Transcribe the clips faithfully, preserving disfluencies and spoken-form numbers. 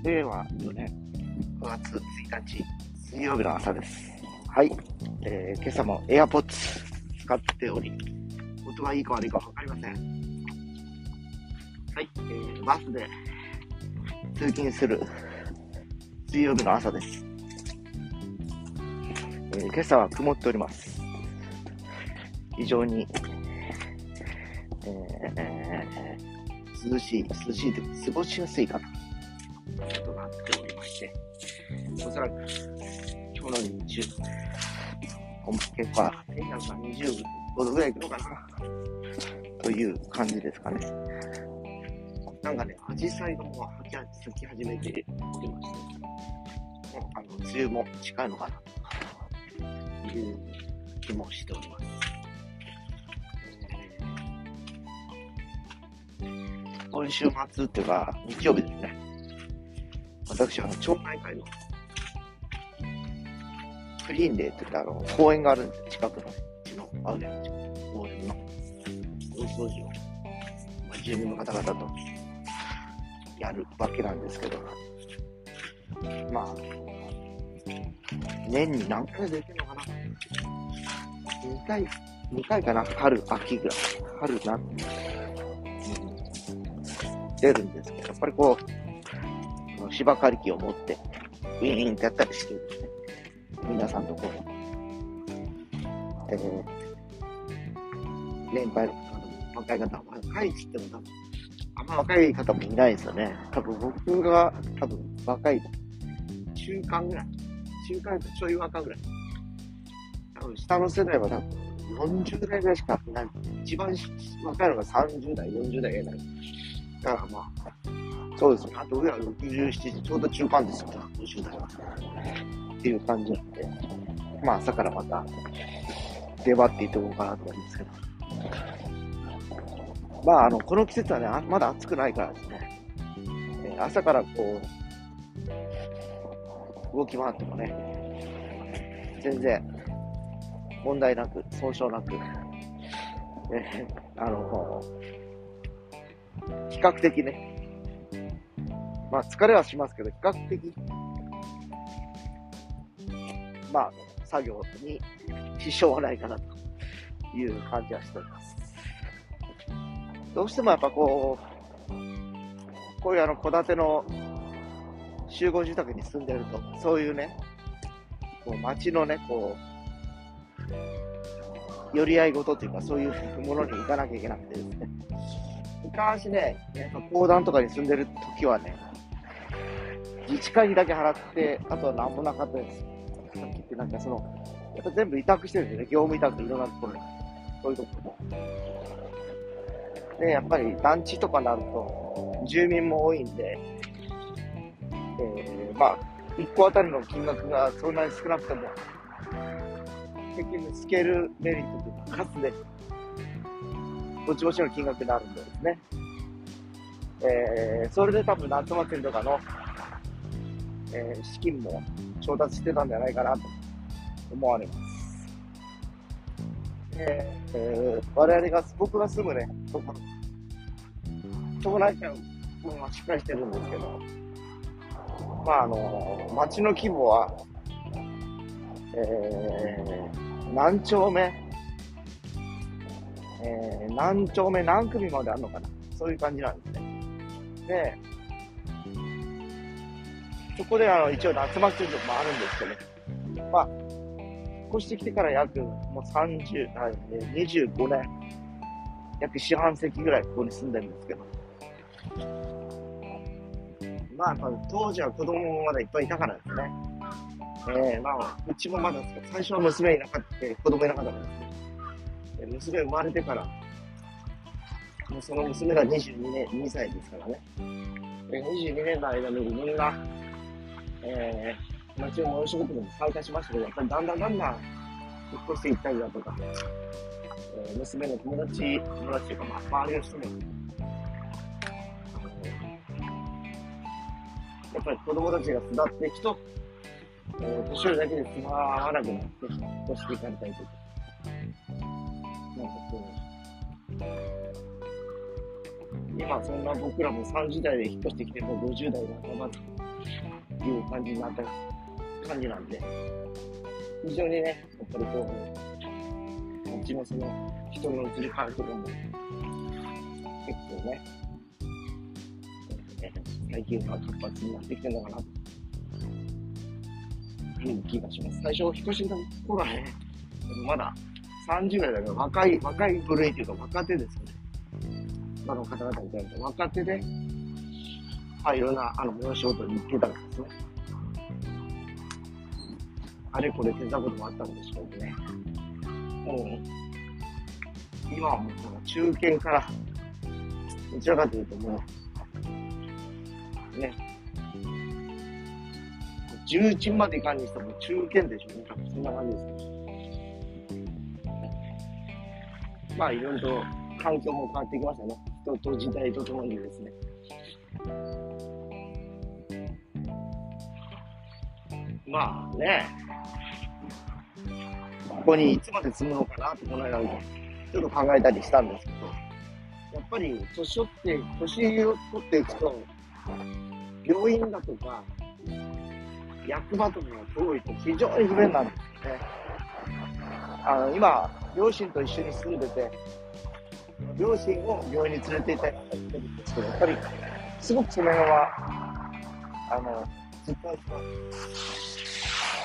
れいわよねんくがつついたち水曜日の朝です。はい、えー、今朝も AirPods 使っており、音がいいか悪いかわかりません。はい、えー、バスで通勤する水曜日の朝です。えー、今朝は曇っております。非常に、えーえー、涼しい、涼しいというか過ごしやすいかなとなっておりまして、おそらく今日の日中、結構天気がにじゅうごどぐらいいくのかなという感じですかね。なんかね、アジサイの方が咲き始めておりまして、もうあの梅雨も近いのかなという気もしております。今週末っていうか日曜日ですね。私は町内会のクリーンデーって言ってあの公園があるんです。近くのうちのアウレの公園の大掃除を、まあ、住民の方々とやるわけなんですけど、まあ年に何回できるのかな。にかいにかいかな。春秋ぐらい春な出るんですけど、やっぱりこう芝刈り機を持ってウィーンってやったりしてですね、皆さんとこう、えー、年配の方も若い方も、若いって言っても多分あんま若い方もいないですよね。多分僕が多分若い中間ぐらい、中間とちょい若ぐらい、多分下の世代は多分よんじゅうだいぐらいしかいない。一番若いのがさんじゅうだい、よんじゅうだいがいない。だからまあ、そうですね。あと上はろくじゅうなな、ちょうど中間ですよね。ごじゅうだいは。っていう感じなので、まあ朝からまた出張っていっておこうかなと思うんですけど。まああの、この季節はね、まだ暑くないからですね。えー、朝からこう、動き回ってもね、全然問題なく、損傷なく、えー、あの、比較的ね、まあ疲れはしますけど、比較的、まあ作業に支障はないかなという感じはしております。どうしてもやっぱこう、こういうあの戸建ての集合住宅に住んでると、そういうね、こう街のね、こう、寄り合い事というか、そういうものに行かなきゃいけなくてですね。昔ね、やっぱ公団とかに住んでる時はね、自治会にだけ払って、あとは何もなかったです。さっきってなんかその、やっぱ全部委託してるんですよね。業務委託いろんなところに。そういうところも。で、やっぱり団地とかになると、住民も多いんで、えー、まあ、いっこあたりの金額がそんなに少なくても、結局スケールメリットというか、数で、ぼちぼちの金額になるんでですね。えー、それで多分夏祭りとかの、えー、資金も調達してたんじゃないかなと思われます。えーえー、我々が、僕が住むね、ところ、町内会はしっかりしてるんですけど、まああの、町の規模は、えー、何丁目、えー、何丁目何組まであるのかな、そういう感じなんですね。で、そこであの一応夏祭りとかもあるんですけど、まあ、越してきてから約もうさんじゅう、にじゅうごねん、約四半世紀ぐらいここに住んでるんですけど、まあ、当時は子供もまだいっぱいいたからですね。えー、まあ、うちもまだ最初は娘いなかった、子供いなかったからですね。娘生まれてから、もうその娘がにじゅうにねん、にさいですからね。にじゅうにねんの間にみんな、えー、町の催し事も参加しましたけど、やっぱりだんだんだんだん引っ越していったりだとか、えー、娘の友達、友達というか、まあ、周りの人も、やっぱり子供たちが巣立っていくと、えー、年寄りだけで住まわなくなって、引っ越していかれたりとか、なんかこう、今そんな僕らもさんじゅうだいで引っ越してきて、もうごじゅうだい半ばという感じになった感じなんで、非常にね、やっぱりこう、こっちのその人の移り変わりとかも結構ね、最近は活発になってきてるのかなという気がします。最初、引っ越しの頃はね、まださんじゅう代だけど、若い、若い部類というか若手ですよね。あの方々みたいな若手で、まあいろんな、あの、物仕事に行ってたんですね。あれこれ手伝うこともあったんですけどね。もう、今はもう、中堅から、どちらかというともう、ね、重鎮までいかんにしても中堅でしょうね。多分そんな感じですね。まあいろいろと環境も変わってきましたね。人と時代とともにですね。まあね、ここにいつまで住むのかなってこの間ちょっと考えたりしたんですけど、やっぱり年取って、年を取っていくと、病院だとか、役場とかが遠いと非常に不便なんですよね。あの、今、両親と一緒に住んでて、両親を病院に連れて行ったりしてるんですけど、やっぱり、すごくその辺は、あの、実感します。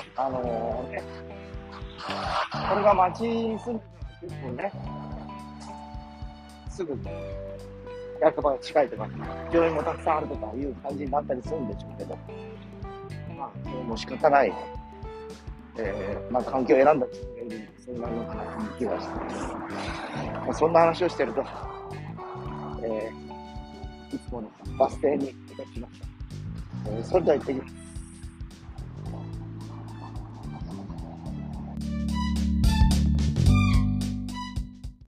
あのね、これが町に住んでたら結構ね、すぐ役場が近いとか、病院もたくさんあるとかいう感じになったりするんでしょうけど、まあ、それも仕方ない、えー、まあ、環境を選んだ人がいるんで、そうなるのかなという気がしてます。まあ、そんな話をしてると、えー、いつものバス停に到着しました。えー、それでは行ってきます。